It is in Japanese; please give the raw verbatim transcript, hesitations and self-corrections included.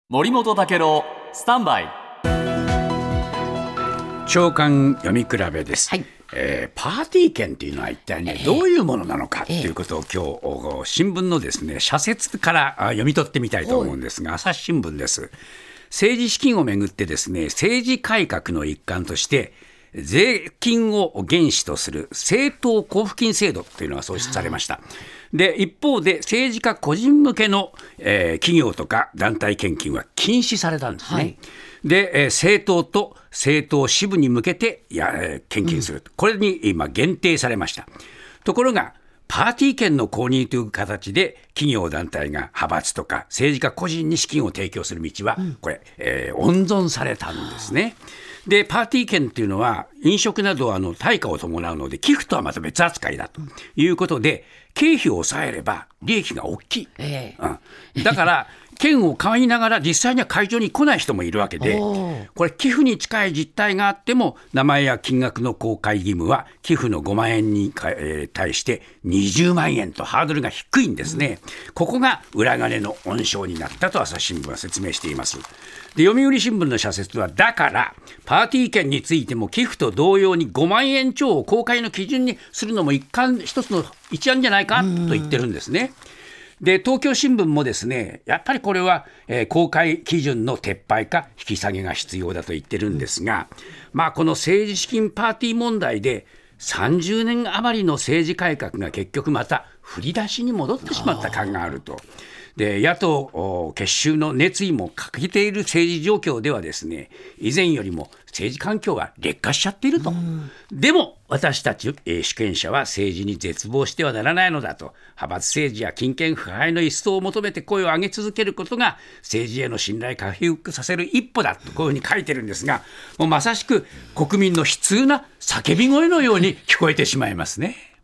森本武郎スタンバイ長官読み比べです、 はい。 えーパーティー券というのは一体ね、 ええどういうものなのかということを今日新聞のですね社説からあ読み取ってみたいと思うんですが、朝日新聞です。政治資金をめぐってですね、政治改革の一環として税金を原資とする政党交付金制度というのが創出されました。で一方で政治家個人向けの、えー企業とか団体献金は禁止されたんですね、 はいで、えー政党と政党支部に向けてや、えー献金する、うん、これに今限定されました。ところがパーティー券の購入という形で企業団体が派閥とか政治家個人に資金を提供する道は、うん、これ、えー温存されたんですね。でパーティー券っていうのは飲食などはあの対価を伴うので寄付とはまた別扱いだということで、経費を抑えれば利益が大きい、 ええうん、だから券を買いながら実際には会場に来ない人もいるわけで、これ寄付に近い実態があっても名前や金額の公開義務は寄付のごまんえんに対してにじゅうまんえんとハードルが低いんですね、うん、ここが裏金の温床になったと朝日新聞は説明しています。で読売新聞の社説は、だからパーティー券についても寄付と同様にごまんえん超を公開の基準にするのも一環一つの一案じゃないかと言ってるんですね。で東京新聞もですね、やっぱりこれは、えー公開基準の撤廃か引き下げが必要だと言ってるんですが、まあ、この政治資金パーティー問題でさんじゅうねん余りの政治改革が結局また振り出しに戻ってしまった感があると。で野党結集の熱意も欠けている政治状況ではですね、以前よりも政治環境が劣化しちゃっていると。でも私たち、えー主権者は政治に絶望してはならないのだと、派閥政治や金権腐敗の一掃を求めて声を上げ続けることが政治への信頼回復させる一歩だと、こういうふうに書いてるんですが、もうまさしく国民の悲痛な叫び声のように聞こえてしまいますね。